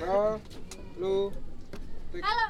Lu. Halo.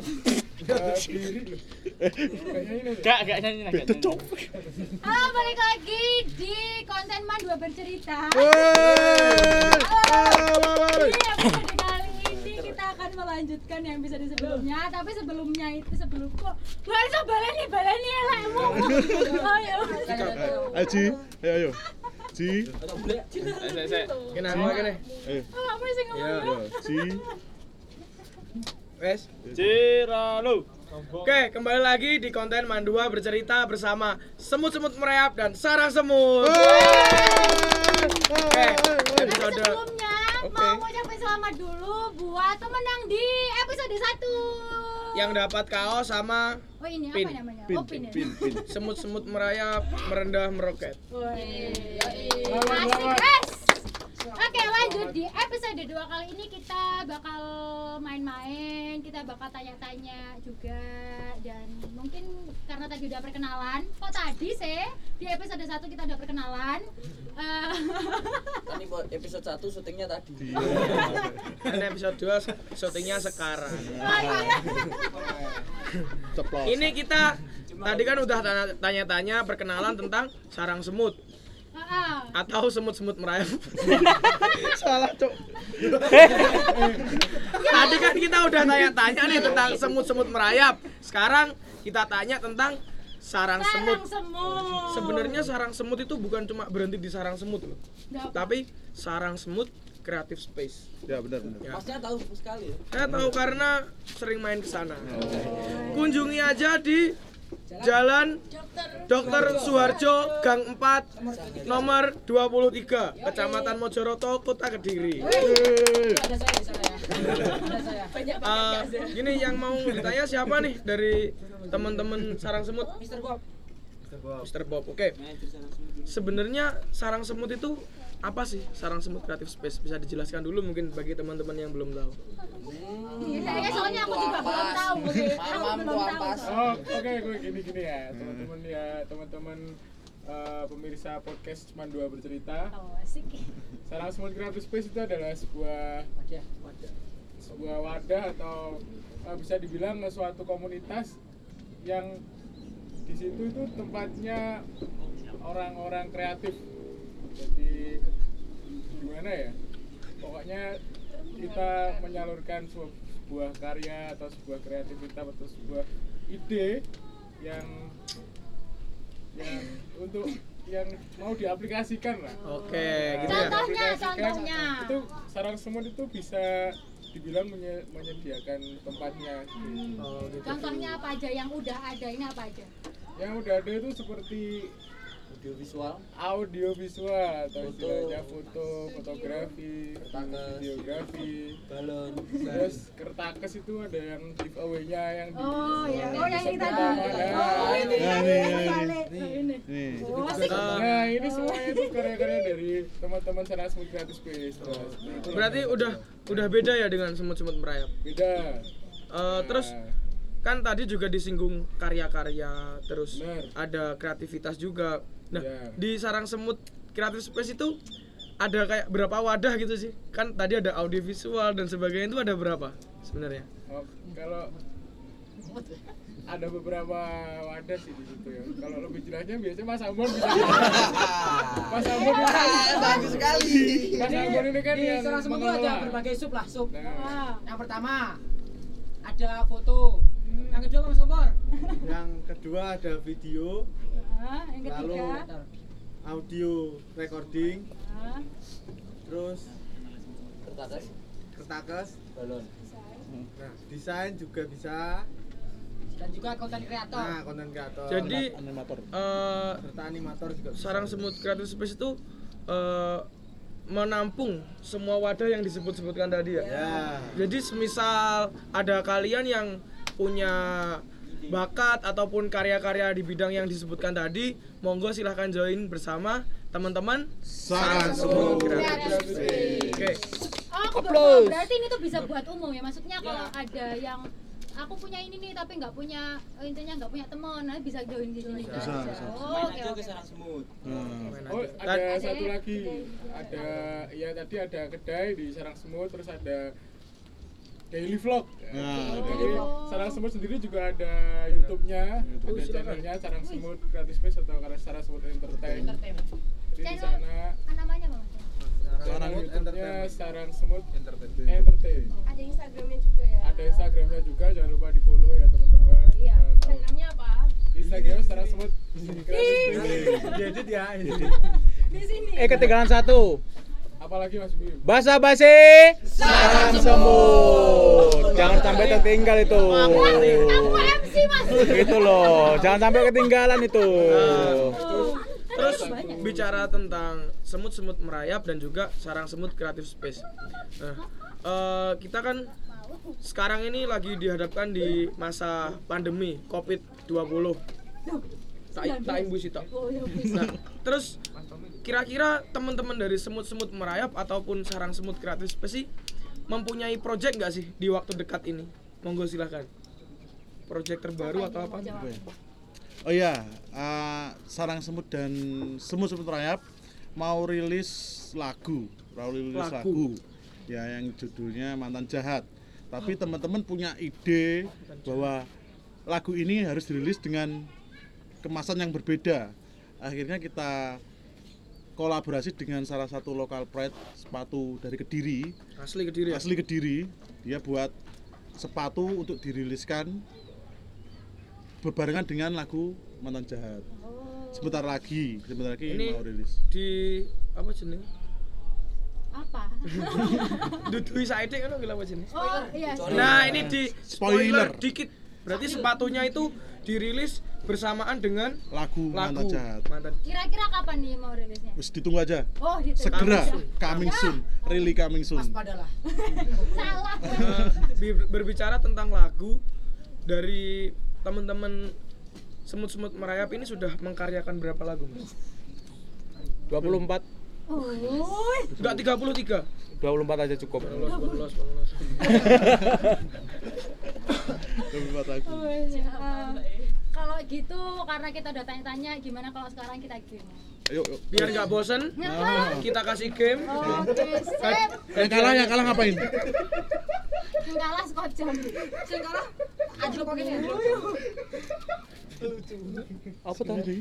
Gak nyanyi lagi. Halo, balik lagi di konten Man 2 bercerita. Di episode kali ini kita akan melanjutkan yang bisa di sebelumnya, tapi sebelumnya itu sebelum kok baru baleni elekmu. Ayo. Aji, ayo. Ji. Kenapa kene? Ayo. Apa sih ngomong? Ji. Wes. Ciralo. Oke, kembali lagi di konten Mandua bercerita bersama semut-semut merayap dan sarang semut. Oke, Tapi episode sebelumnya Oke. mau ngucapin selamat dulu buat pemenang di episode 1. yang dapat kaos sama Oh ini Pin. apa namanya? Pin, Oh pin ya? pin. semut-semut merayap merendah meroket. Woi. Asik guys. Oke, lanjut di episode 2 kali ini kita bakal main-main, kita bakal tanya-tanya juga, dan mungkin karena tadi udah perkenalan. Kok tadi sih di episode 1 kita udah perkenalan. Tadi buat episode 1 syutingnya tadi. Dan episode 2 syutingnya sekarang. Ceplos. Ini kita tadi kan udah tanya-tanya perkenalan tentang sarang semut atau semut-semut merayap. Salah, Cok. Tadi kan kita udah tanya-tanya nih tentang semut-semut merayap. Sekarang kita tanya tentang sarang semut. Sebenarnya sarang semut itu bukan cuma berhenti di sarang semut loh. Tapi sarang semut creative space. Ya benar. Ya. Masnya tahu sekali ya. Saya tahu karena sering main ke sana. Kunjungi aja di Jalan Dr. Suharjo Gang 4 nomor 23 Kecamatan Mojoroto Kota Kediri. Ada saya di sana ya. Ada saya. Gini yang mau ditanya siapa nih dari teman-teman sarang semut? Mr. Bob. Mr. Bob. Oke. Sebenarnya sarang semut itu apa sih? Sarang semut creative space bisa dijelaskan dulu mungkin bagi teman-teman yang belum tahu. Iya, soalnya aku juga belum tahu. Aku belum tahu. Oh, oke, gue gini ya, teman-teman pemirsa podcast Man 2 bercerita. Oh, asik. Sarang Semut Creative Space itu adalah sebuah wadah atau bisa dibilang suatu komunitas yang di situ itu tempatnya orang-orang kreatif. Jadi gimana ya? Pokoknya kita menyalurkan sebuah karya atau sebuah kreativitas atau sebuah ide yang untuk yang mau diaplikasikan lah. Oke, gitu ya. Contohnya. Itu sarang semut itu bisa dibilang menyediakan tempatnya. Oh, gitu. Contohnya apa aja yang udah ada? Ini apa aja? Yang udah ada itu seperti audiovisual atau Foto. istilahnya fotografi, videografi, Balon. terus kertakes itu ada yang giveaway-nya yang di Oh iya, oh yang kita pertama. Oh ini. Nih. Oh, asik. Nah ini semuanya itu karya-karya dari teman-teman Sarang Semut Creative Space. Berarti udah beda ya dengan semut-semut merayap. Beda. Terus kan tadi juga disinggung karya-karya, terus Benar. ada kreativitas juga. Nah, Ya. di sarang semut creative space itu ada kayak berapa wadah gitu sih? Kan tadi ada audiovisual dan sebagainya, itu ada berapa sebenarnya? Oh, kalau ada beberapa wadah sih di situ ya. Kalau lebih jelasnya biasanya Mas Ambon bisa. Mas Ambon ini kan Bagus sekali. Mas Ambon ini kan Di yang sarang semut itu mengelola. ada berbagai sub lah, sub. Nah, Yang pertama ada foto. Yang kedua Mas Kompor. Yang kedua ada video, Yang ketiga. audio recording, terus kertakes, Balon. nah desain juga bisa, Dan juga konten kreator. nah konten kreator, Jadi Animator. serta animator juga bisa. sarang semut creative space itu menampung semua wadah yang disebut-sebutkan tadi ya. Ya, Jadi semisal ada kalian yang punya bakat ataupun karya-karya di bidang yang disebutkan tadi, monggo silahkan join bersama teman-teman Sarang Semut Semut Creative Space. Oke. Oh, aku baru tahu. Berarti ini tuh bisa buat umum ya. Maksudnya kalau ada yang aku punya ini nih tapi nggak punya, intinya nggak punya teman, nah bisa join di sini. Bisa. Oh, oke. Aja Oke. ke sarang semut. oh ada Dan- satu lagi, ada ya tadi ada kedai di Sarang Semut, terus ada daily vlog. Nah, Jadi sarang semut sendiri juga ada YouTube-nya, ada channelnya Sarang Semut Creative Space atau karena Sarang Semut Entertain. Jadi di sana namanya apa? channel YouTube-nya Sarang Semut Entertain. Ada Instagramnya juga ya. Ada Instagramnya juga, jangan lupa di follow ya teman-teman. Iya. Nah, kalau Namanya apa? Instagram Sarang Semut Creative Space. Diedit ya ini. Di sini. Ketinggalan satu. Apalagi Mas Bim? Basa basi sarang semut. Jangan sampai tertinggal itu. Aku MC Mas. Gitu loh. Jangan sampai ketinggalan itu. Terus bicara tentang semut-semut merayap dan juga sarang semut Creative Space. Nah, kita kan sekarang ini lagi dihadapkan di masa pandemi COVID-20. Tak imbus itu. Nah, terus kira-kira teman-teman dari semut-semut merayap ataupun sarang semut Creative Space sih mempunyai project nggak sih di waktu dekat ini? Monggo silahkan. Project terbaru atau apa? Oh iya, sarang semut dan semut-semut merayap mau rilis lagu. Ya yang judulnya Mantan Jahat. Tapi teman-teman punya ide bahwa lagu ini harus dirilis dengan kemasan yang berbeda. Akhirnya kita kolaborasi dengan salah satu lokal pride sepatu dari Kediri. Asli Kediri. Asli Kediri. Dia buat sepatu untuk diriliskan berbarengan dengan lagu Mantan Jahat. Sebentar lagi Ini mau rilis. di apa jeneng? Apa? Dudui saiki kan bilang apa jeneng? Oh iya. Nah, ini di spoiler Spoiler. dikit. Berarti sepatunya itu dirilis bersamaan dengan Lagu Mantan Jahat. Mantan. Kira-kira kapan nih mau rilisnya? Wis ditunggu aja. Oh, gitu. Segera coming soon. Really coming soon. Padalah. Salah. Berbicara tentang lagu dari teman-teman semut-semut merayap ini sudah mengkaryakan berapa lagu, Mas? 24. Enggak 33. 24 aja cukup. Bolos. Lebih lagu. Kalau gitu karena kita udah tanya-tanya gimana kalau sekarang kita game. Ayo. Biar nggak bosen, kita kasih game. Oke, sip. Yang kalah ngapain? Yang kalah sekojam. Sing kalah ajlo kok ini. Apa tadi?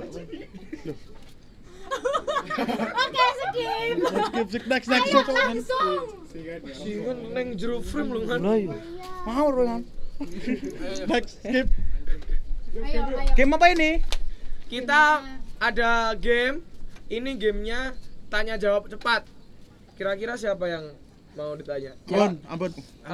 Oke, skip. Skip next. Ayo langsung. Singon neng jero frame lu kan. Mau Ronan. Next skip. Ayo. Game apa ini? Kita ada game. Ini gamenya tanya jawab cepat. Kira-kira siapa yang mau ditanya? Ambon.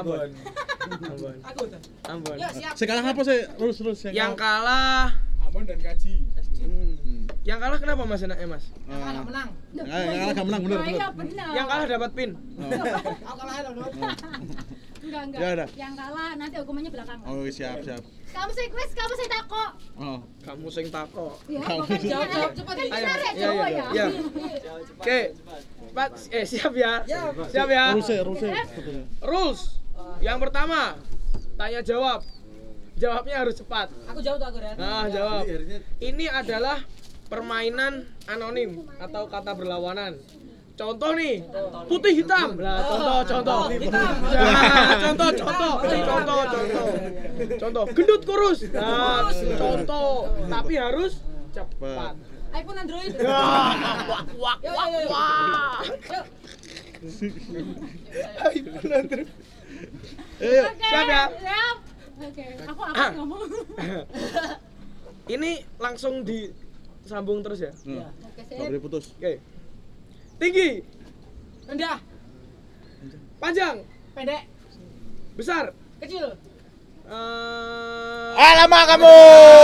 Ambon. Yuk, siap. Sekarang apa sih? Terus Yang kalah. Ambon dan Kaji. Yang kalah kenapa Mas enaknya Mas? Yang kalah menang. Yang kalah gak menang bener. Iya benar. Yang kalah dapat pin. Aku kalah loh. Enggak. Ya udah. Yang kalah nanti hukumannya belakangan. Oh siap. Kamu sing quiz, kamu sing takok. Oh. Kamu sing tako. Ya, Kamu pokoknya jawab cepat. Kan Ayo. kita Jawa ya. Ya. Oke. Cepat. Siap ya. Siap ya. Ruse. Rules. Yang pertama, tanya jawab. Jawabnya harus cepat. Aku jawab tuh aku Ren. Nah, jawab. Ini adalah permainan anonim atau kata berlawanan. Contoh nih, putih hitam. Nah, contoh. Contoh, gendut kurus. Nah, contoh. Tapi harus cepat. iPhone Android. Wah. Ayo. Siap ya? Siap. Oke, aku apa ngomong? Ini langsung disambung terus ya. Oke, Gak sip. boleh putus. Oke. Tinggi, Rendah, panjang, pendek, besar. kecil. Alamak kamu.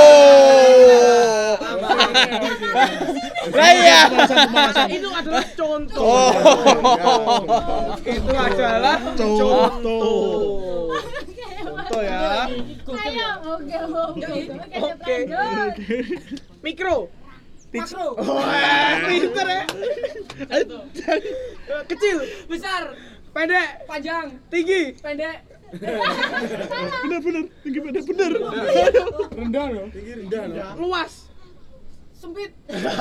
Lah iya. Itu adalah contoh. Oh. Itu adalah contoh. Contoh ya. Ayo, oke. Oke. Lanjut. Mikro. Makro, Pinter ya. Kecil, besar, pendek, panjang, tinggi. pendek. Bener. Tinggi bener. Rendah loh. Luas. Sempit,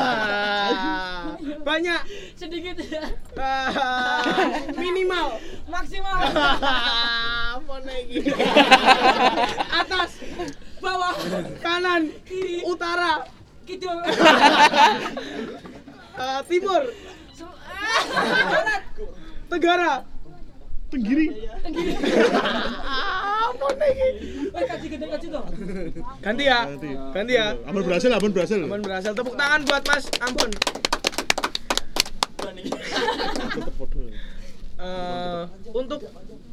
Banyak. sedikit, Minimal. maksimal. Atas, bawah, kanan, utara, Kidul. timur, tenggara, Tenggiri. apa nih? Kaji gede kaji toh. Ganti ya, ganti ya. Ambon berhasil, Ambon berhasil. Ambon berhasil, tepuk tangan buat Mas Ambon. Tetep podo. Untuk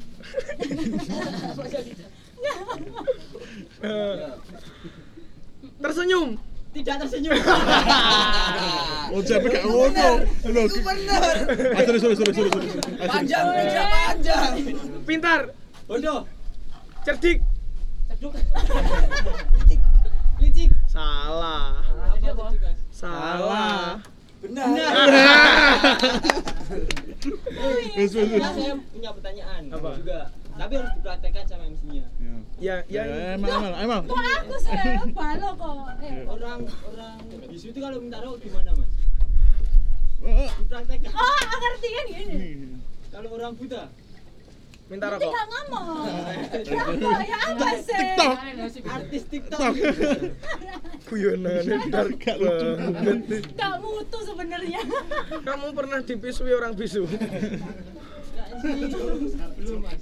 tersenyum. Tidak tersenyum. Oh, sampai gak ngono. Itu bener. Sorry. Panjang, panjang. Pintar, Bodoh. cerdik. Ceduk. Licik. Salah. Apa apa? Salah. Benar. Wes. Saya punya pertanyaan Apa? juga. Tapi harus dipraktekkan sama MC-nya. Ya, Emang. Kok aku sih balo kok. Orang bisu itu kalau minta rokok gimana, Mas? Dipraktekkan. Oh, ngerti kan gini. Kalau orang buta, minta Nanti rokok. gak ngomong. Apa ya apa sih? TikTok. artis TikTok. Guyonan dark banget. Gak mutu sebenarnya. Kamu pernah dipisui orang bisu? Belum, Mas.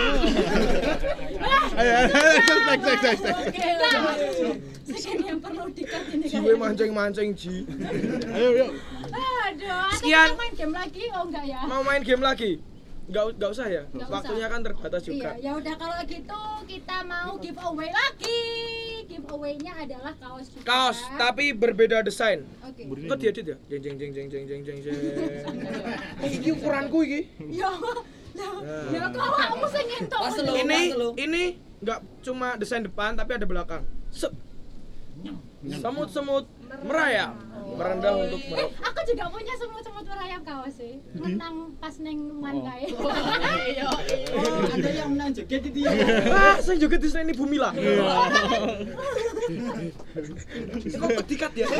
Ayo, tek. Oke. Sekian yang perlu dikat ini. Jiwe mancing-mancing ji. Ayo, yuk. Aduh, Sekian. kita main game lagi? Oh enggak ya? Mau main game lagi? Nggak usah ya? Nggak Waktunya usah. kan terbatas juga. Iya, ya udah kalau gitu kita mau giveaway lagi. Giveaway-nya adalah kaos juga. Kaos, tapi berbeda desain. Oke. Kok diedit ya? Jeng. Iki ukuranku iki. Ya. Ya kok kamu sing ngentok. Pas lu. Ini nggak cuma desain depan tapi ada belakang. Sep. Semut-semut merayap, merendah untuk merayap. Aku juga punya semut-semut merayap kaos sih. Menang pas neng mantai. Iya. Oh, ada yang menang joget itu ya. Saya juga desain Ibu Mila. Kok kedikat ya?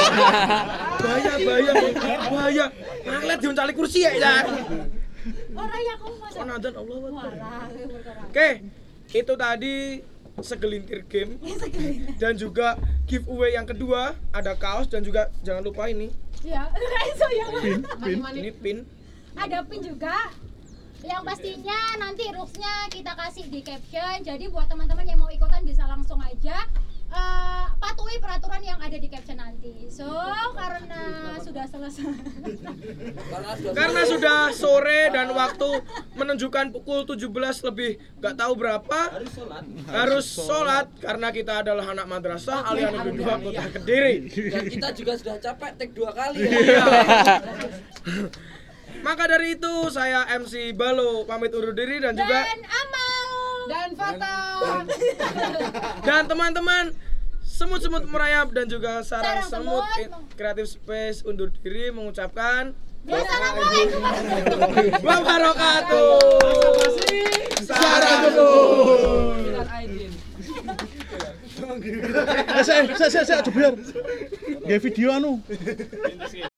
Bahaya. Ngeliat dioncali kursi ya. Orang ya kamu masa. Kok nadan Allah Akbar. Walah, berkorang. Oke, itu tadi segelintir game dan juga giveaway yang kedua ada kaos dan juga jangan lupa ini Ya, itu yang ini pin. ada pin juga. Yang pastinya nanti rules-nya kita kasih di caption. Jadi buat teman-teman yang mau ikutan bisa langsung aja patuhi peraturan yang ada di caption nanti. So, karena sudah selesai. Karena sudah sore dan waktu menunjukkan pukul 17 lebih gak tahu berapa harus sholat karena kita adalah anak madrasah Alianus Negeri 2 Kota Kediri. Dan kita juga sudah capek take 2 kali ya. Iya. Maka dari itu saya MC Balo pamit undur diri dan juga Dan Amal Dan Fata. dan teman-teman semut-semut merayap dan juga sarang Sarang semut semut. Creative Space undur diri mengucapkan Wassalamualaikum wabarakatuh. Sarang semut. Biar Aidin. Saya, aja biar. Nggak video anu.